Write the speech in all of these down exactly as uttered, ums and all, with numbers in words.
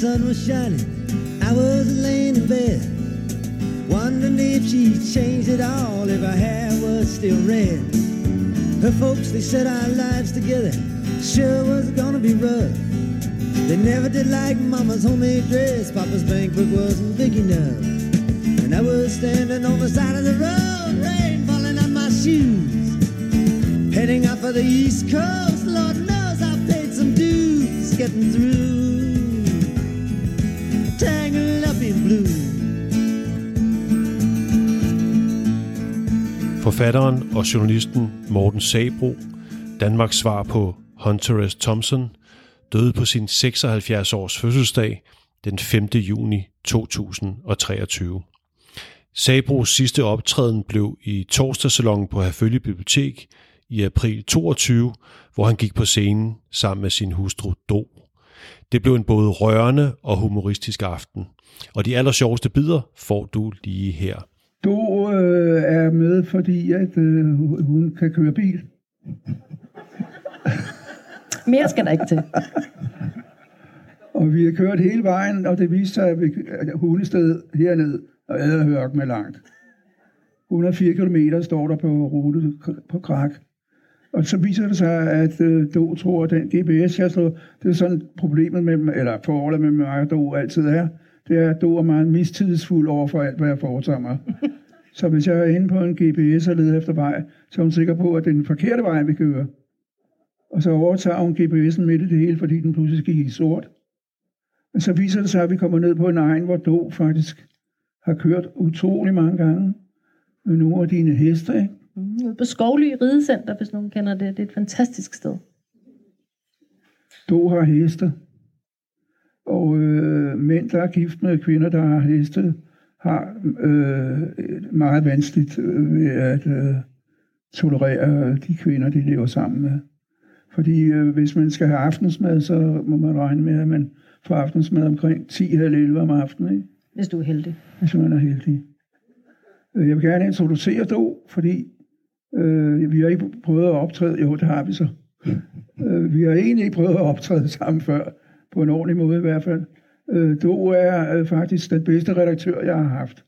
sun was shining, I was laying in bed, wondering if she changed it all, if her hair was still red. Her folks, they said our lives together sure was gonna be rough. They never did like Mama's homemade dress, Papa's bank book wasn't big enough. And I was standing on the side of the road, rain falling on my shoes, heading out for the East Coast. Lord knows I paid some dues getting through, tangled up in blue. Forfatteren og journalisten Morten Sabroe, Danmarks svar på Hunter S. Thompson, døde på sin seksoghalvfjerds års fødselsdag den femte juni to tusind og treogtyve. Sabroes sidste optræden blev i Torsdagssalongen på Herfølge Bibliotek i april toogtyve, hvor han gik på scenen sammen med sin hustru Do. Det blev en både rørende og humoristisk aften, og de allersjoveste bidder får du lige her. Do øh, er med, fordi at, øh, hun kan køre bil. Mere skal der ikke til. Og vi har kørt hele vejen, og det viste sig, at vi er hundested hernede, og jeg havde hørt med langt. et hundrede og fire kilometer står der på rute på Krak. Og så viser det sig, at øh, Do tror, at den G P S, jeg slår, det er sådan problemet med, eller forholdet med mig og Do altid er, det er, at Do er meget mistidsfuld over for alt, hvad jeg foretager mig. Så hvis jeg er inde på en G P S og leder efter vej, så er hun sikker på, at det er den forkerte vej, vi kører. Og så overtager hun G P S'en midt i det hele, fordi den pludselig gik i sort. Men så viser det sig, at vi kommer ned på en egen, hvor Do faktisk har kørt utrolig mange gange med nogle af dine heste, ikke? Mm, på Skovly Ridecenter, hvis nogen kender det. Det er et fantastisk sted. Do har heste. Og øh, mænd, der er gift med kvinder, der har heste, har øh, meget vanskeligt ved at øh, tolerere de kvinder, de lever sammen med. Fordi øh, hvis man skal have aftensmad, så må man regne med, at man får aftensmad omkring ti eller elleve om aftenen. Ikke? Hvis du er heldig. Hvis man er heldig. Jeg vil gerne introducere Do, fordi øh, vi har ikke prøvet at optræde. Jo, det har vi så. øh, vi har egentlig ikke prøvet at optræde sammen før. På en ordentlig måde i hvert fald. Øh, Do er øh, faktisk den bedste redaktør, jeg har haft.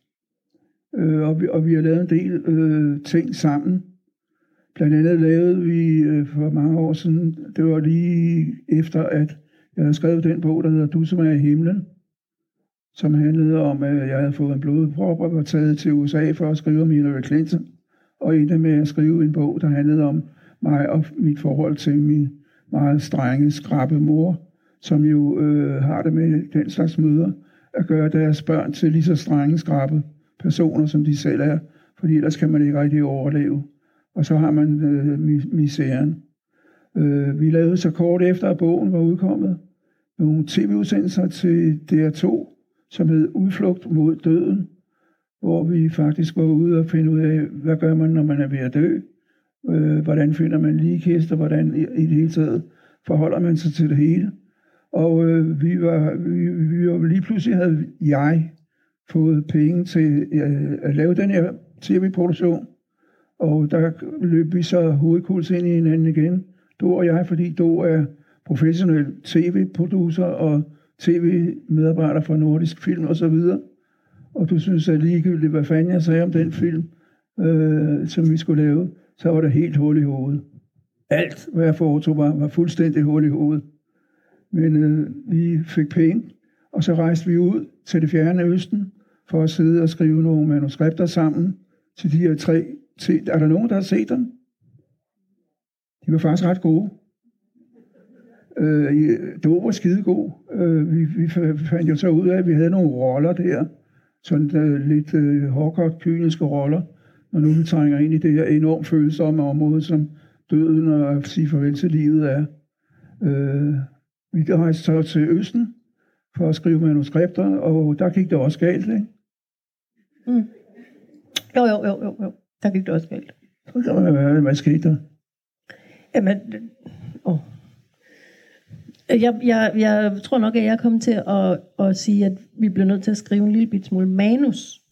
Øh, og, vi, og vi har lavet en del øh, ting sammen. Blandt andet lavede vi øh, for mange år siden, det var lige efter, at jeg havde skrevet den bog, der hedder Du, som er i himlen, som handlede om, at jeg havde fået en blodprop og var taget til U S A for at skrive om Hillary Clinton, og endte med at skrive en bog, der handlede om mig og mit forhold til min meget strenge, skrappe mor, som jo øh, har det med den slags møder at gøre deres børn til lige så strenge, skrappe personer, som de selv er, fordi ellers kan man ikke rigtig overleve. Og så har man øh, misæren. Øh, vi lavede så kort efter, at bogen var udkommet, nogle tv-udsendelser til D R to, som hed Udflugt mod døden, hvor vi faktisk var ude og finde ud af, hvad gør man, når man er ved at dø? Øh, hvordan finder man ligkister? Hvordan i, i det hele taget forholder man sig til det hele? Og øh, vi, var, vi, vi var lige pludselig havde jeg fået penge til øh, at lave den her tv-produktion. Og der løb vi så hovedkuls ind i hinanden igen, Do og jeg, fordi Do er professionel tv-producer og tv-medarbejder for Nordisk Film og så videre. Og du synes, at ligegyldigt, hvad fanden jeg sagde om den film, øh, som vi skulle lave, så var det helt hul i hovedet. Alt, hvad jeg foretog, var, var fuldstændig hul i hovedet. Men øh, vi fik penge, og så rejste vi ud til det fjerne østen, for at sidde og skrive nogle manuskripter sammen til de her tre. Til, er der nogen, der har set dem? De var faktisk ret gode. Øh, Do var skide god. Øh, vi, vi fandt jo så ud af, at vi havde nogle roller der. Sådan øh, lidt øh, hårdkogt, kyniske roller. Når nu vi trænger ind i det her enormt følsomme område, som døden og at sige farvel til livet er. Øh, vi rejste så til Østen for at skrive manuskripter, og der gik det også galt, ikke? Mm. Jo, jo, jo, jo, jo. Der gik det også galt. Hvad, hvad skete der? Jamen, åh. Jeg, jeg, jeg tror nok, at jeg kom til at, at sige, at vi bliver nødt til at skrive en lille bit smule manus,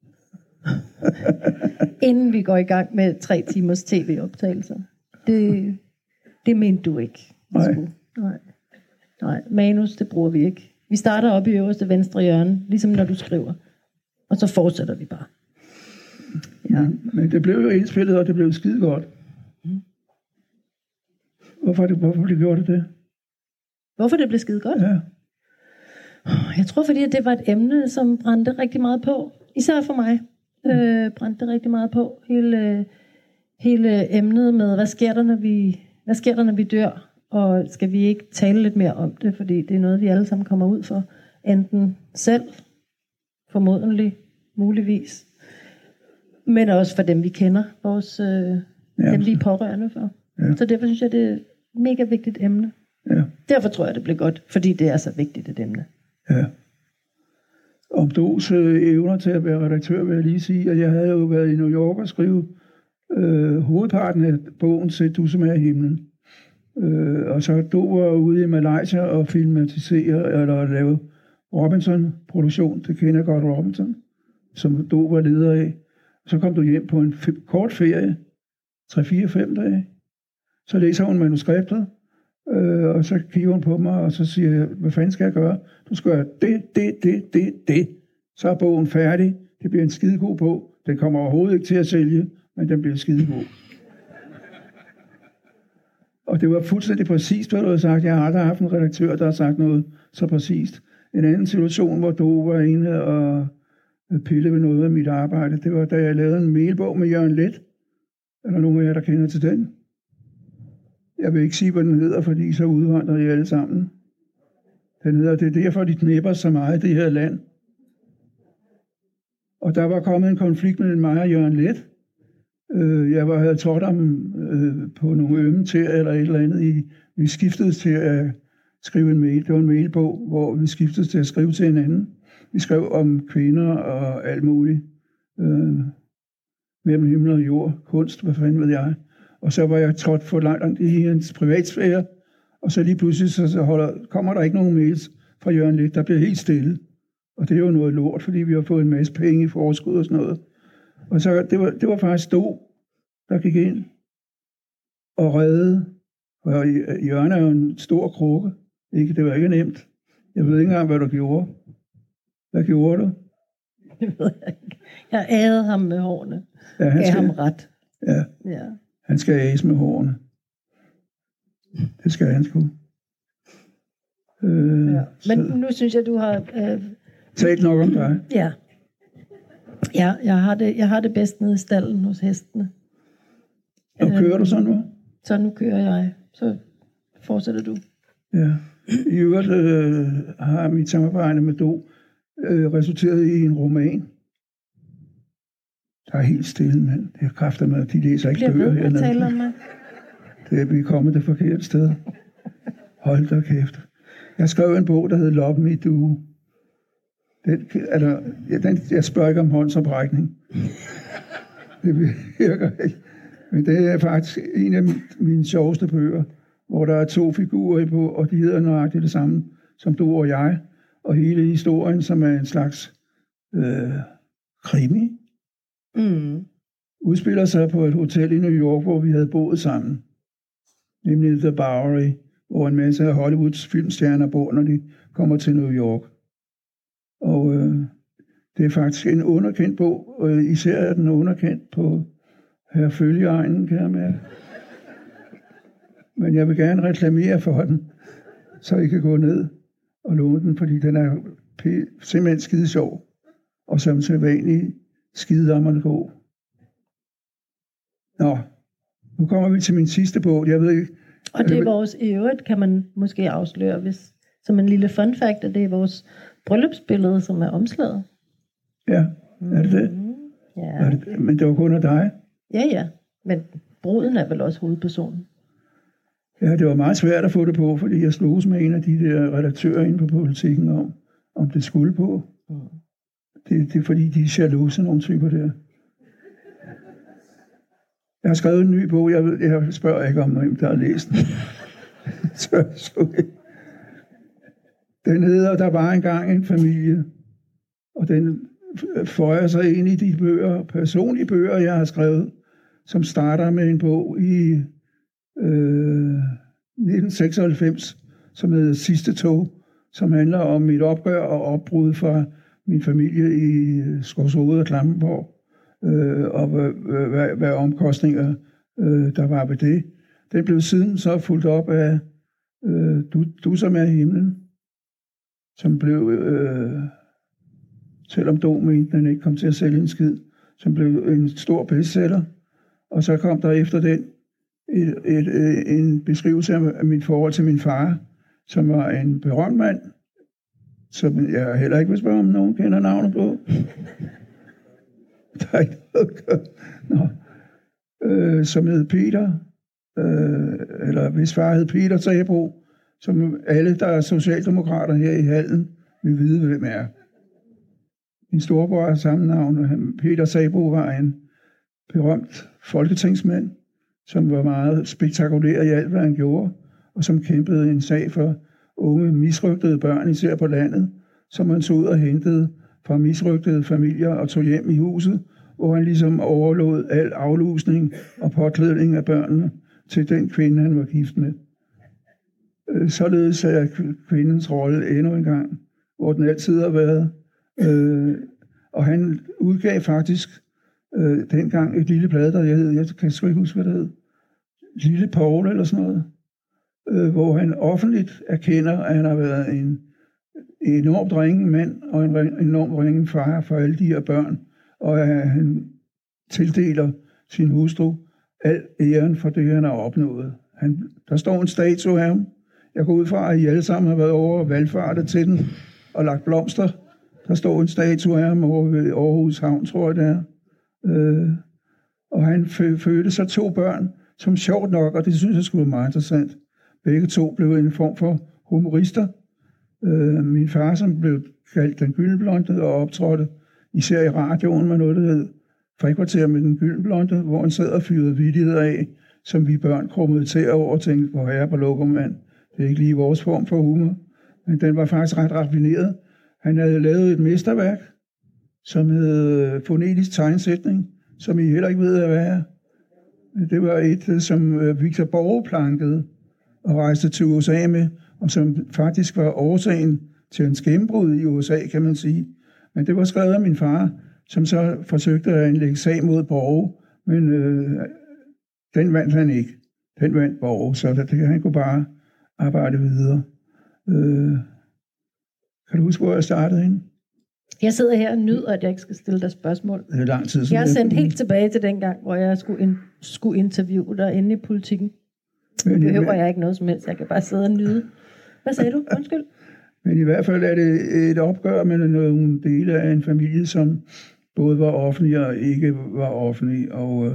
inden vi går i gang med tre timers tv-optagelser. Det, det mente du ikke. Nej. Nej. Nej, manus, det bruger vi ikke. Vi starter op i øverste venstre hjørne, ligesom når du skriver. Og så fortsætter vi bare. Ja. Men, men det blev jo indspillet, og det blev skide godt. Mm. Hvorfor, det, hvorfor det gjorde det det? Hvorfor det blev skide godt? Ja. Jeg tror, fordi det var et emne, som brændte rigtig meget på. Især for mig. Mm. Øh, brændte rigtig meget på. Hele, hele emnet med, hvad sker der, når vi, hvad sker der, når vi dør? Og skal vi ikke tale lidt mere om det? Fordi det er noget, vi alle sammen kommer ud for. Enten selv, formodentlig, muligvis. Men også for dem, vi kender. Vores, øh, ja, dem, vi er pårørende for. Ja. Så derfor synes jeg, det er et mega vigtigt emne. Ja. Derfor tror jeg, det bliver godt. Fordi det er så vigtigt et emne. Ja. Om Dos øh, evner til at være redaktør, vil jeg lige sige, at jeg havde jo været i New York og skrive øh, hovedparten af bogen til Du som er i himlen. Øh, og så Do var ude i Malaysia og filmatisere eller lave Robinson-produktion. Det kender jeg godt, Robinson, som Do var leder af. Så kom du hjem på en f- kort ferie, tre, fire, fem dage. Så læser hun manuskriptet, øh, og så kigger hun på mig, og så siger jeg, hvad fanden skal jeg gøre? Du skal gøre det, det, det, det, det. Så er bogen færdig. Det bliver en skidegod bog. Den kommer overhovedet ikke til at sælge, men den bliver skidegod. Og det var fuldstændig præcist, hvad du havde sagt. Jeg har aldrig haft en redaktør, der har sagt noget så præcist. En anden situation, hvor Du var inde og pille ved noget af mit arbejde, det var, da jeg lavede en mailbog med Jørgen Leth. Er der nogen af jer, der kender til den? Jeg vil ikke sige, hvad den hedder, fordi så udvandrer I alle sammen. Den hedder, det er derfor, de knæpper så meget i det her land. Og der var kommet en konflikt mellem mig og Jørgen Leth. Jeg var, havde trådt om øh, på nogle ømme til, eller et eller andet. I, vi skiftede til at skrive en mail. Det var en mailbog, hvor vi skiftede til at skrive til hinanden. Vi skrev om kvinder og alt muligt. Øh, mellem himmel og jord, kunst, hvad fanden ved jeg. Og så var jeg trådt for langt i hans privatsfære. Og så lige pludselig så, så holder, kommer der ikke nogen mails fra Jørgen Leth. Der bliver helt stille. Og det er jo noget lort, fordi vi har fået en masse penge i forskud og sådan noget. Og så, det var, det var faktisk Do, der gik ind og reddede. Og Jørgen er jo en stor krukke. Ikke? Det var ikke nemt. Jeg ved ikke engang, hvad du gjorde. Hvad gjorde du? Det ved jeg ikke. Jeg ærede ham med hårene. Ja, han gav skal, ham ret. Ja, ja. Han skal æse med hårene. Det skal han sgu. Øh, ja. Men så. Nu synes jeg, du har... Øh, talt nok om dig. Ja. Ja, jeg har det, jeg har det bedst nede i stallen hos hestene. Og kører du så nu? Så nu kører jeg. Så fortsætter du. Ja. I øvrigt øh, har mit samarbejde med Do øh, resulteret i en roman. Der er helt stille, mand. Det er kræfter med, at de læser ikke bøger hernede. Bliver ved med at tale om mig. Det er vi kommet det forkerte sted. Hold da kæft. Jeg skrev en bog, der hed Love Me Do. Den, altså, ja, den, jeg spørger ikke om håndsoprækning. Det virker ikke. Men det er faktisk en af mine sjoveste bøger, hvor der er to figurer på, og de hedder nøjagtigt det samme som Du og jeg. Og hele historien, som er en slags øh, krimi, mm. udspiller sig på et hotel i New York, hvor vi havde boet sammen. Nemlig The Bowery, hvor en masse af Hollywoods filmstjerner bor, når de kommer til New York. Og øh, det er faktisk en underkendt bog, og især er den underkendt på her følgeegnen, kan jeg mærke. Men jeg vil gerne reklamere for den, så I kan gå ned og låne den, fordi den er p- simpelthen skide sjov, og som sædvanlig skidedammerne god. Nå, nu kommer vi til min sidste bog. Jeg ved ikke... Og det er vores, i øvrigt kan man måske afsløre, hvis, som en lille fun fact, at det er vores bryllupsbillede, som er omslaget. Ja, er det det? Mm, ja. Er det, men det var kun af dig? Ja, ja. Men bruden er vel også hovedpersonen. Ja, det var meget svært at få det på, fordi jeg slogs med en af de der redaktører inde på Politikken om, om det skulle på. Mm. Det, det er fordi, de er jalouse, nogle typer der. Jeg har skrevet en ny bog. Jeg, ved, jeg spørger ikke om, hvem der har læst den. så, så, den hedder Der var engang en familie. Og den føjer sig ind i de bøger, personlige bøger, jeg har skrevet, som starter med en bog i øh, nitten seksoghalvfems, som hedder Sidste tog, som handler om mit opgør og opbrud fra min familie i Skovshoved og Klampenborg, øh, og hvad, hvad, hvad omkostninger øh, der var ved det. Den blev siden så fulgt op af øh, du, du som er i himlen, som blev, øh, selvom Domen den ikke kom til at sælge en skid, som blev en stor bestseller. Og så kom der efter den et, et, et, en beskrivelse af mit forhold til min far, som var en berømt mand, som jeg heller ikke vil spørge, om nogen kender navnet på. Der er ikke noget at gøre. Nå. Øh, som hed Peter, øh, eller hvis far hed Peter Sabro, som alle, der er socialdemokrater her i hallen, vil vide, hvem er. Min storebror har samme navn. Peter Sabro var en berømt folketingsmand, som var meget spektakulær i alt, hvad han gjorde, og som kæmpede en sag for unge, misrygtede børn, især på landet, som han tog ud og hentede fra misrygtede familier og tog hjem i huset, hvor han ligesom overlod al aflusning og påklædning af børnene til den kvinde, han var gift med. Således er kvindens rolle endnu en gang, hvor den altid har været. Øh, og han udgav faktisk øh, dengang et lille blad, der jeg, hed, jeg kan sgu ikke huske, hvad det hed, Lille Paul eller sådan noget, øh, hvor han offentligt erkender, at han har været en enormt ringe mand og en enormt ringe far for alle de her børn, og at han tildeler sin hustru al æren for det, han har opnået. Han, der står en statue af ham. Jeg går ud fra, at I alle sammen har været over og valgfartet til den og lagt blomster. Der står en statue af ham over ved Aarhus Havn, tror jeg det er. Øh, og han fødte så to børn, som sjovt nok, og det synes jeg skulle være meget interessant. Begge to blev en form for humorister. Øh, min far, som blev kaldt den gyldenblonde og optrådte især i radioen med noget, der hed Frikvarter med den gyldenblonde, hvor han sad og fyrede vittigheder af, som vi børn krummede til over og tænkte på herre på lokumand. Det er ikke lige vores form for humor, men den var faktisk ret raffineret. Han havde lavet et mesterværk, som hed fonetisk tegnsætning, som I heller ikke ved, hvad er. Det var et, som Victor Borge plankede og rejste til U S A med, og som faktisk var årsagen til en gennembrud i U S A, kan man sige. Men det var skrevet af min far, som så forsøgte at anlægge sag mod Borge, men øh, den vandt han ikke. Den vandt Borge, så det, han kunne bare arbejde videre. Øh, kan du huske, hvor jeg startede hende? Jeg sidder her og nyder, at jeg ikke skal stille dig spørgsmål. Det er lang tid siden. Jeg er sendt helt tilbage til den gang, hvor jeg skulle, in, skulle interviewe dig inde i politikken. Nu behøver jeg ikke noget som helst. Jeg kan bare sidde og nyde. Hvad sagde du? Undskyld. Men i hvert fald er det et opgør med nogle dele af en familie, som både var offentlig og ikke var offentlig. Og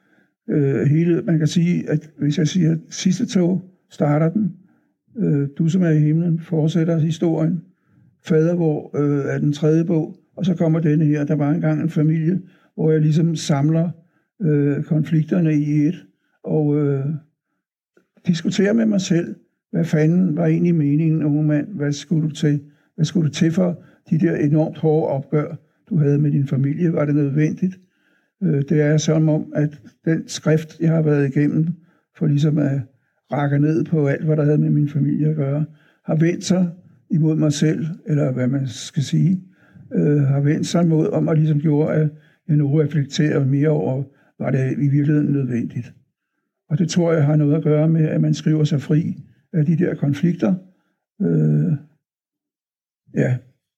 øh, hele, man kan sige, at hvis jeg siger, at sidste tog starter den, øh, du som er i himlen, fortsætter historien. Fadervor øh, er den tredje bog, og så kommer denne her. Der var engang en familie, hvor jeg ligesom samler øh, konflikterne i et, og øh, diskuterer med mig selv, hvad fanden var egentlig meningen, unge mand? Hvad skulle du til? Hvad skulle du til for de der enormt hårde opgør, du havde med din familie? Var det nødvendigt? Øh, det er som om, at den skrift, jeg har været igennem, for ligesom at rakke ned på alt, hvad der havde med min familie at gøre, har vendt sig imod mig selv, eller hvad man skal sige, øh, har vendt sig imod, om at ligesom gjorde, at jeg nu reflekterer mere over, var det i virkeligheden nødvendigt. Og det tror jeg har noget at gøre med, at man skriver sig fri af de der konflikter. Øh, ja.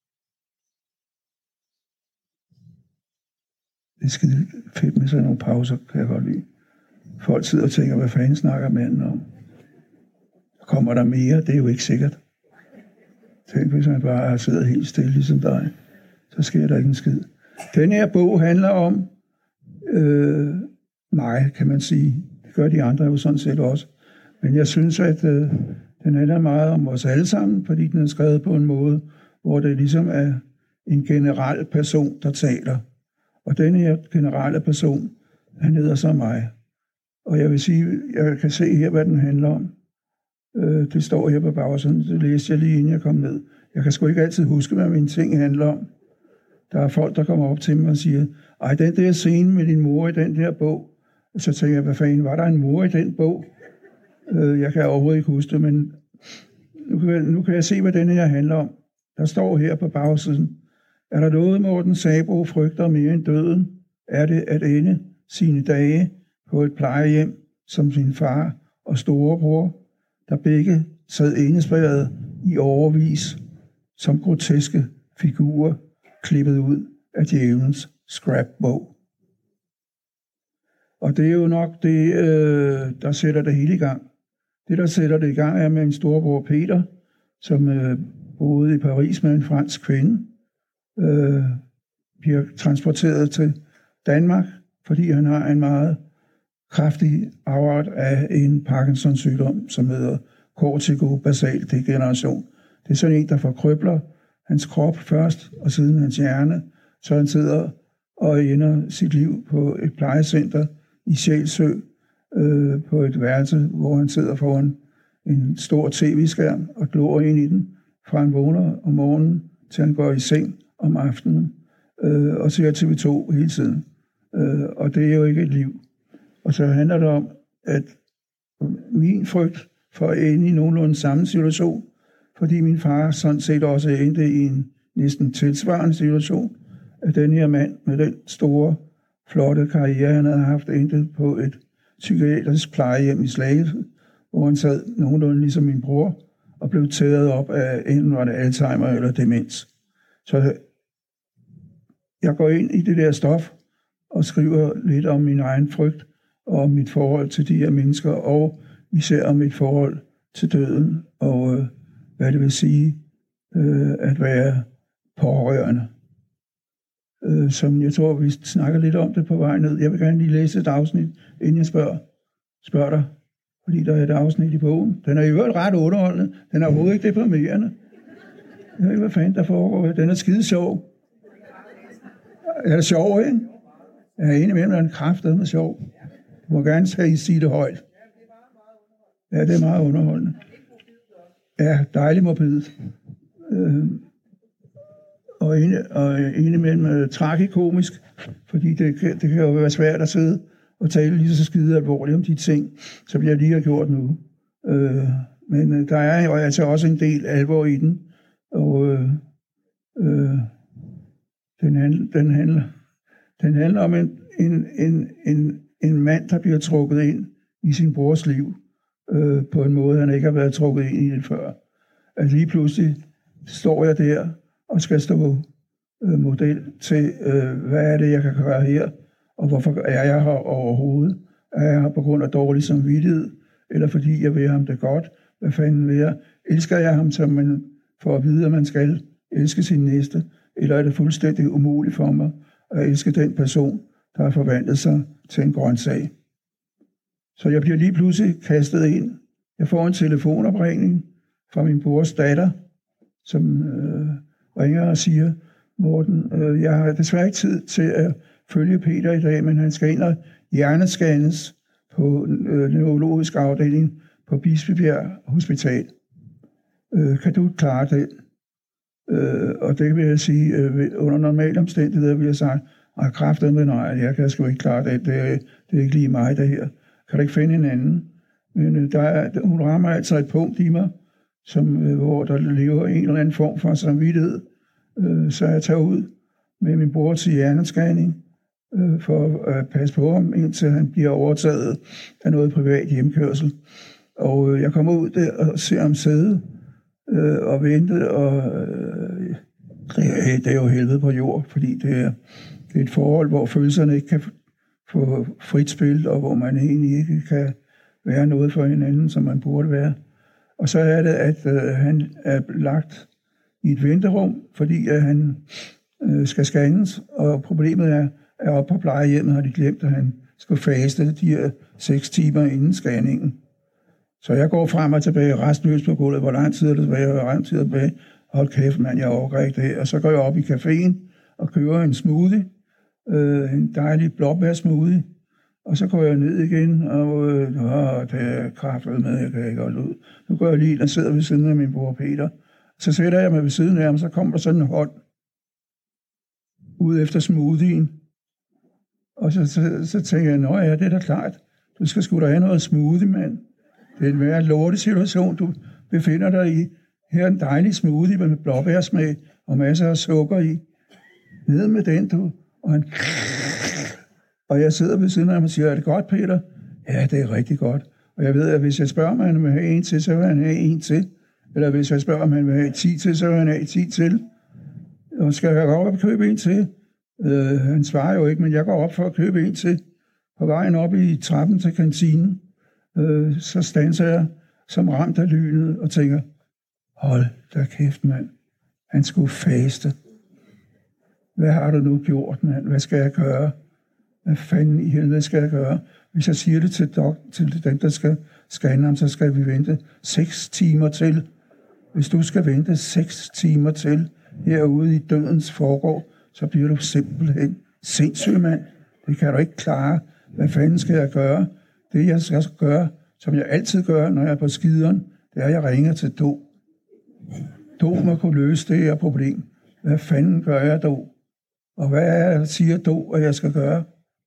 Det er skide fedt med sådan nogle pauser, kan jeg godt lide. Folk sidder og tænker, hvad fanden snakker manden om? Kommer der mere? Det er jo ikke sikkert. Tænk, hvis man bare sidder helt stille, ligesom dig, så sker der ikke en skid. Den her bog handler om øh, mig, kan man sige. Det gør de andre jo sådan set også. Men jeg synes, at øh, den handler meget om os alle sammen, fordi den er skrevet på en måde, hvor det ligesom er en generel person, der taler. Og denne her generelle person, han hedder så mig. Og jeg vil sige, jeg kan se her, hvad den handler om. Øh, det står her på bagsiden, det læste jeg lige inden jeg kom ned. Jeg kan sgu ikke altid huske, hvad mine ting handler om. Der er folk, der kommer op til mig og siger, ej, den der scene med din mor i den der bog. Så tænker jeg, hvad fanden, var der en mor i den bog? Øh, jeg kan overhovedet ikke huske det, men nu kan, nu kan jeg se, hvad denne her handler om. Der står her på bagsiden. Er der noget, Morten Sabroe frygter mere end døden, er det at ende sine dage på et plejehjem som sin far og storebror, der begge sad indespærret i overvis som groteske figurer klippet ud af djævelens scrapbog. Og det er jo nok det, øh, der sætter det hele i gang. Det, der sætter det i gang, er med en storebror Peter, som øh, boede i Paris med en fransk kvinde, øh, bliver transporteret til Danmark, fordi han har en meget kraftig afart af en Parkinsons sygdom, som hedder corticobasal degeneration. Det er sådan en, der forkrøbler hans krop først, og siden hans hjerne, så han sidder og ender sit liv på et plejecenter i Sjælsø, øh, på et værelse, hvor han sidder foran en stor tv-skærm og glor ind i den, fra han vågner om morgenen, til han går i seng om aftenen, øh, og ser T V to hele tiden. Øh, og det er jo ikke et liv. Og så handler det om, at min frygt for at ende i nogenlunde samme situation, fordi min far sådan set også endte i en næsten tilsvarende situation, at den her mand med den store, flotte karriere, han havde haft, endte på et psykiatrisk plejehjem i Slagelse, hvor han sad nogenlunde ligesom min bror, og blev taget op af enten var det Alzheimer eller demens. Så jeg går ind i det der stof, og skriver lidt om min egen frygt, og om mit forhold til de her mennesker, og især om mit forhold til døden, og øh, hvad det vil sige øh, at være pårørende. Øh, som jeg tror, vi snakker lidt om det på vej ned. Jeg vil gerne lige læse et afsnit, inden jeg spørger, spørger dig, fordi der er et afsnit i bogen. Den er i øvrigt ret underholdende. Den er overhovedet ikke deprimerende. Jeg ved ikke, hvad fanden der foregår. Den er skide sjov. Er det sjov, ikke? Jeg er enig med, at den er kraftedeme sjov. Du må gerne sige det højt. Ja, det er meget underholdende. Ja, dejligt morbidt. Øh, og ene, og ene mellem tragikomisk, fordi det, det kan jo være svært at sidde og tale lige så skide alvorligt om de ting, som jeg lige har gjort nu. Øh, men der er jo altså også en del alvor i den, og øh, øh, den, handler, den, handler, den handler om en, en, en, en, en mand, der bliver trukket ind i sin brors liv, øh, på en måde, han ikke har været trukket ind i det før. At lige pludselig står jeg der og skal stå øh, model til, øh, hvad er det, jeg kan gøre her, og hvorfor er jeg her overhovedet? Er jeg her på grund af dårlig samvittighed, eller fordi jeg vil ham det godt? Hvad fanden vil jeg? Elsker jeg ham, som man får at vide, at man skal elske sin næste? Eller er det fuldstændig umuligt for mig at elske den person, der har forvandlet sig til en grøntsag? Så jeg bliver lige pludselig kastet ind. Jeg får en telefonopringning fra min brors datter, som øh, ringer og siger, Morten, øh, jeg har desværre ikke tid til at følge Peter i dag, men han skal ind og hjernescannes på øh, neurologisk afdeling på Bispebjerg Hospital. Øh, kan du klare det? Øh, og det vil jeg sige, øh, under normale omstændigheder vil jeg sige, at kræften med nej, jeg kan sgu ikke klare det, det, det er ikke lige mig det her. Kan du ikke finde en anden? Men øh, der er, hun rammer altså et punkt i mig, som, øh, hvor der lever en eller anden form for samvittighed. Øh, så jeg tager ud med min bror til hjernescanning, øh, for at passe på ham, indtil han bliver overtaget af noget privat hjemkørsel. Og øh, jeg kommer ud der og ser ham sidde øh, og vente, og øh, det er jo helvede på jord, fordi det er, det er et forhold, hvor følelserne ikke kan få frit spil, og hvor man egentlig ikke kan være noget for hinanden, som man burde være. Og så er det, at øh, han er lagt i et venterum, fordi at han øh, skal scannes, og problemet er, at oppe på plejehjemmet har de glemt, at han skal faste de her seks timer inden scanningen. Så jeg går frem og tilbage restløs på gulvet. Hvor lang tid er det tilbage? Hvor lang tid er det tilbage? Hold kæft, mand, jeg overgår ikke det. Og så går jeg op i caféen og køber en smoothie. Øh, en dejlig blåbærsmoothie. Og så går jeg ned igen, og øh, det er kraftigt med, jeg kan ikke holde ud. Nu går jeg lige ind og sidder ved siden af min bror Peter. Så sætter jeg mig ved siden af ham, så kommer der sådan en hånd ud efter smoothien. Og så, så, så tænker jeg, nå ja, det er da klart. Du skal sgu da have noget smoothie, mand. Det er en værre lortesituation, du befinder dig i. her er en dejlig smoothie med blåbærsmag og masser af sukker i. Ned med den, du. Og, han... og jeg sidder ved siden af ham og siger, er det godt, Peter? Ja, det er rigtig godt. Og jeg ved, at hvis jeg spørger, om han vil have en til, så vil han have en til. Eller hvis jeg spørger, om han vil have ti til, så vil han have ti til. Og skal jeg gå op og købe en til? Øh, han svarer jo ikke, men jeg går op for at købe en til. På vejen op i trappen til kantinen, øh, så standser jeg som ramt af lynet og tænker, hold da kæft, mand. Han skulle faste. Hvad har du nu gjort, mand? Hvad skal jeg gøre? Hvad fanden i helvede skal jeg gøre? Hvis jeg siger det til, dok- til dem, der skal scanne ham, så skal vi vente seks timer til. Hvis du skal vente seks timer til herude i dødens forgård, så bliver du simpelthen sindssyg, mand. Det kan du ikke klare. Hvad fanden skal jeg gøre? Det, jeg skal gøre, som jeg altid gør, når jeg er på skideren, det er, at jeg ringer til Do. Do må kunne løse det her problem. Hvad fanden gør jeg, Do? Og hvad er det, siger Do, at jeg skal gøre?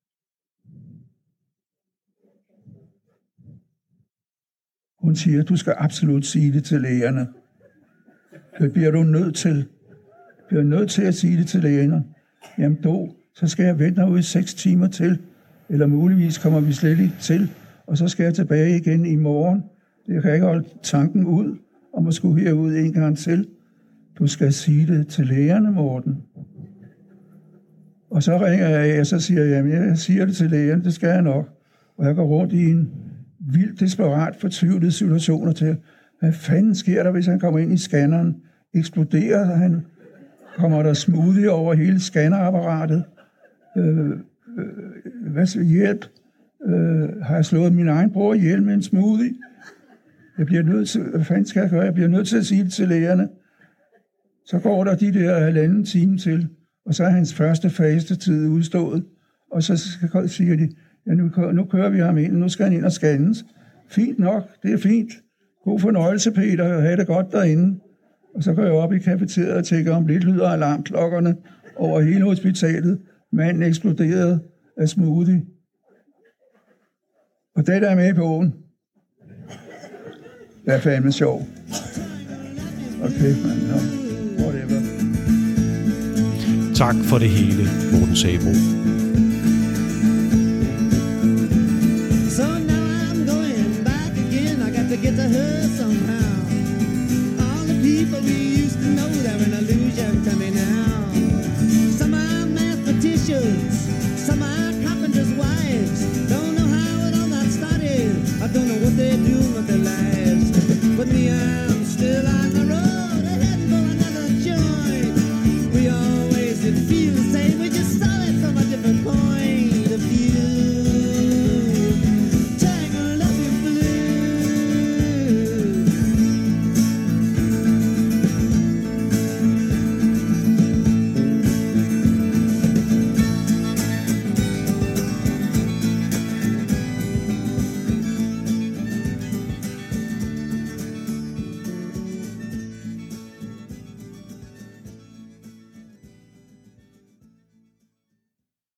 Hun siger, at du skal absolut sige det til lægerne. Det bliver du nødt til. Du bliver nødt til at sige det til lægerne. Jamen, Do, så skal jeg vente ud i seks timer til. Eller muligvis kommer vi slet ikke til. Og så skal jeg tilbage igen i morgen. Jeg kan ikke holde tanken ud, om at skulle herud en gang til. Du skal sige det til lægerne, Morten. Og så ringer jeg, og så siger jeg, jamen jeg siger det til lægerne, det skal jeg nok. Og jeg går rundt i en vildt desperat fortvivlet situationer til, hvad fanden sker der, hvis han kommer ind i scanneren? Eksploderer han? Kommer der smoothie over hele scannerapparatet? Øh, øh, hvad hjælp? Øh, har jeg slået min egen bror ihjel med en smoothie? Jeg bliver nødt til, hvad fanden skal jeg gøre? Jeg bliver nødt til at sige det til lægerne. Så går der de der halvanden time til, og så er hans første fastetid udstået. Og så siger de, ja, nu, nu kører vi ham ind, nu skal han ind og scannes. Fint nok, det er fint. God fornøjelse, Peter, og have det godt derinde. Og så går jeg op i kafeteriet og tænker, om lidt lyder alarmklokkerne over hele hospitalet. Manden eksploderede af smoothie. Og det der er med i bogen, det er fandme sjov. Okay, man, no, whatever. Tak for det hele, Morten Sabroe.